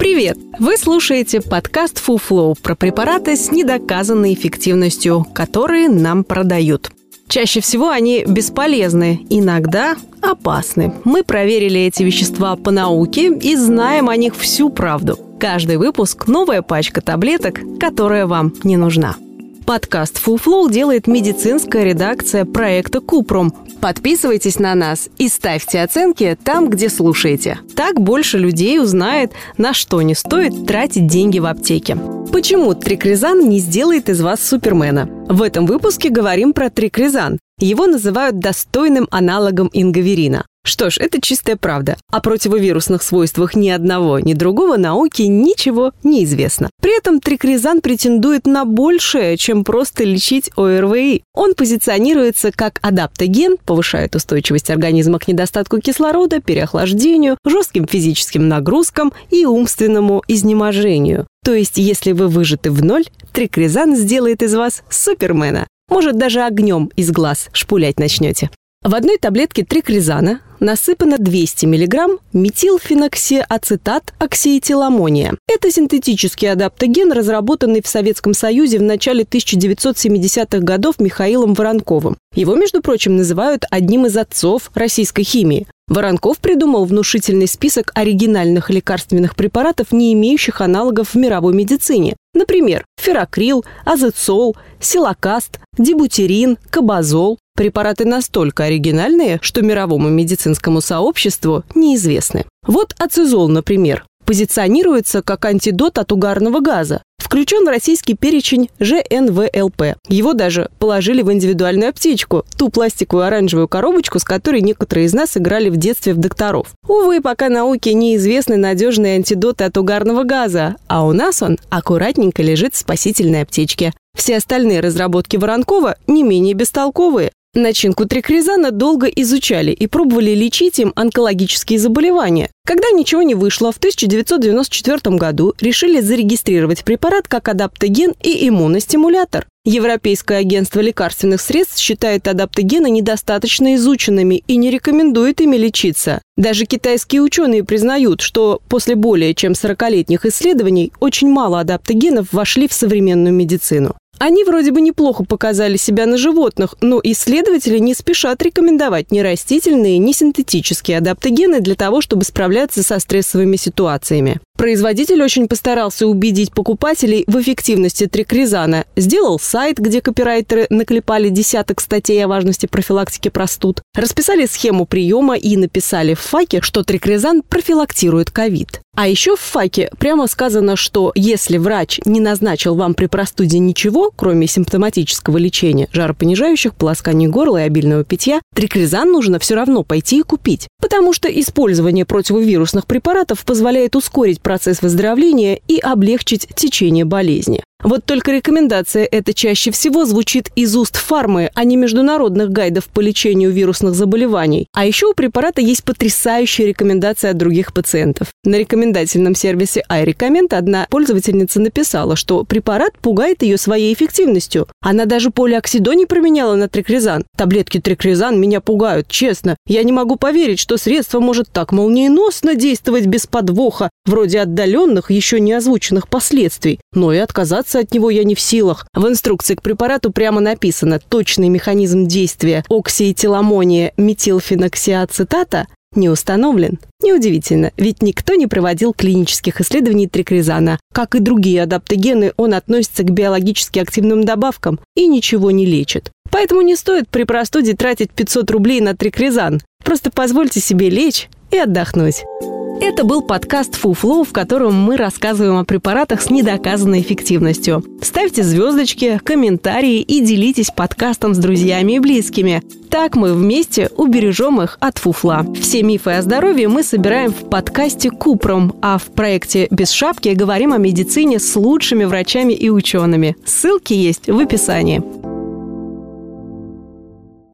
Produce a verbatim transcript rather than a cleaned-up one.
Привет! Вы слушаете подкаст Фуфлоу про препараты с недоказанной эффективностью, которые нам продают. Чаще всего они бесполезны, иногда опасны. Мы проверили эти вещества по науке и знаем о них всю правду. Каждый выпуск – новая пачка таблеток, которая вам не нужна. Подкаст Фуфлоу делает медицинская редакция проекта Купрум. Подписывайтесь на нас и ставьте оценки там, где слушаете. Так больше людей узнает, на что не стоит тратить деньги в аптеке. Почему трикризан не сделает из вас супермена? В этом выпуске говорим про трикризан. Его называют достойным аналогом ингаверина. Что ж, это чистая правда. О противовирусных свойствах ни одного, ни другого науке ничего не известно. При этом трикризан претендует на большее, чем просто лечить ОРВИ. Он позиционируется как адаптоген, повышает устойчивость организма к недостатку кислорода, переохлаждению, жестким физическим нагрузкам и умственному изнеможению. То есть, если вы выжаты в ноль, трикризан сделает из вас супермена. Может, даже огнем из глаз шпулять начнете. В одной таблетке трикризана насыпано двести миллиграмм метилфеноксиацетат оксиэтиламония. Это синтетический адаптоген, разработанный в Советском Союзе в начале тысяча девятьсот семидесятых годов Михаилом Воронковым. Его, между прочим, называют одним из отцов российской химии. Воронков придумал внушительный список оригинальных лекарственных препаратов, не имеющих аналогов в мировой медицине. Например, ферокрил, азоцол, силокаст, дибутерин, кобазол. Препараты настолько оригинальные, что мировому медицинскому сообществу неизвестны. Вот ацизол, например, позиционируется как антидот от угарного газа. Включен в российский перечень жэ эн вэ эл пэ. Его даже положили в индивидуальную аптечку, ту пластиковую оранжевую коробочку, с которой некоторые из нас играли в детстве в докторов. Увы, пока науке неизвестны надежные антидоты от угарного газа, а у нас он аккуратненько лежит в спасительной аптечке. Все остальные разработки Воронкова не менее бестолковые. Начинку трикризана долго изучали и пробовали лечить им онкологические заболевания. Когда ничего не вышло, в тысяча девятьсот девяносто четвёртом году решили зарегистрировать препарат как адаптоген и иммуностимулятор. Европейское агентство лекарственных средств считает адаптогены недостаточно изученными и не рекомендует ими лечиться. Даже китайские ученые признают, что после более чем сорокалетних исследований очень мало адаптогенов вошли в современную медицину. Они вроде бы неплохо показали себя на животных, но исследователи не спешат рекомендовать ни растительные, ни синтетические адаптогены для того, чтобы справляться со стрессовыми ситуациями. Производитель очень постарался убедить покупателей в эффективности трикризана. Сделал сайт, где копирайтеры наклепали десяток статей о важности профилактики простуд, расписали схему приема и написали в факе, что трикризан профилактирует ковид. А еще в факе прямо сказано, что если врач не назначил вам при простуде ничего, кроме симптоматического лечения, жаропонижающих, полоскания горла и обильного питья, трикризан нужно все равно пойти и купить. Потому что использование противовирусных препаратов позволяет ускорить процесс выздоровления и облегчить течение болезни. Вот только рекомендация эта чаще всего звучит из уст фармы, а не международных гайдов по лечению вирусных заболеваний. А еще у препарата есть потрясающие рекомендации от других пациентов. На рекомендательном сервисе iRecommend одна пользовательница написала, что препарат пугает ее своей эффективностью. Она даже полиоксидоний променяла на трикризан. Таблетки трикризан меня пугают, честно. Я не могу поверить, что средство может так молниеносно действовать без подвоха, вроде отдаленных, еще не озвученных последствий. Но и отказаться от него я не в силах. В инструкции к препарату прямо написано: точный механизм действия оксиэтиламония метилфеноксиацетата не установлен. Неудивительно, ведь никто не проводил клинических исследований трикризана. Как и другие адаптогены, он относится к биологически активным добавкам и ничего не лечит. Поэтому не стоит при простуде тратить пятьсот рублей на трикризан. Просто позвольте себе лечь и отдохнуть. Это был подкаст Фуфлоу, в котором мы рассказываем о препаратах с недоказанной эффективностью. Ставьте звездочки, комментарии и делитесь подкастом с друзьями и близкими. Так мы вместе убережем их от фуфла. Все мифы о здоровье мы собираем в подкасте Купрум, а в проекте «Без шапки» говорим о медицине с лучшими врачами и учеными. Ссылки есть в описании.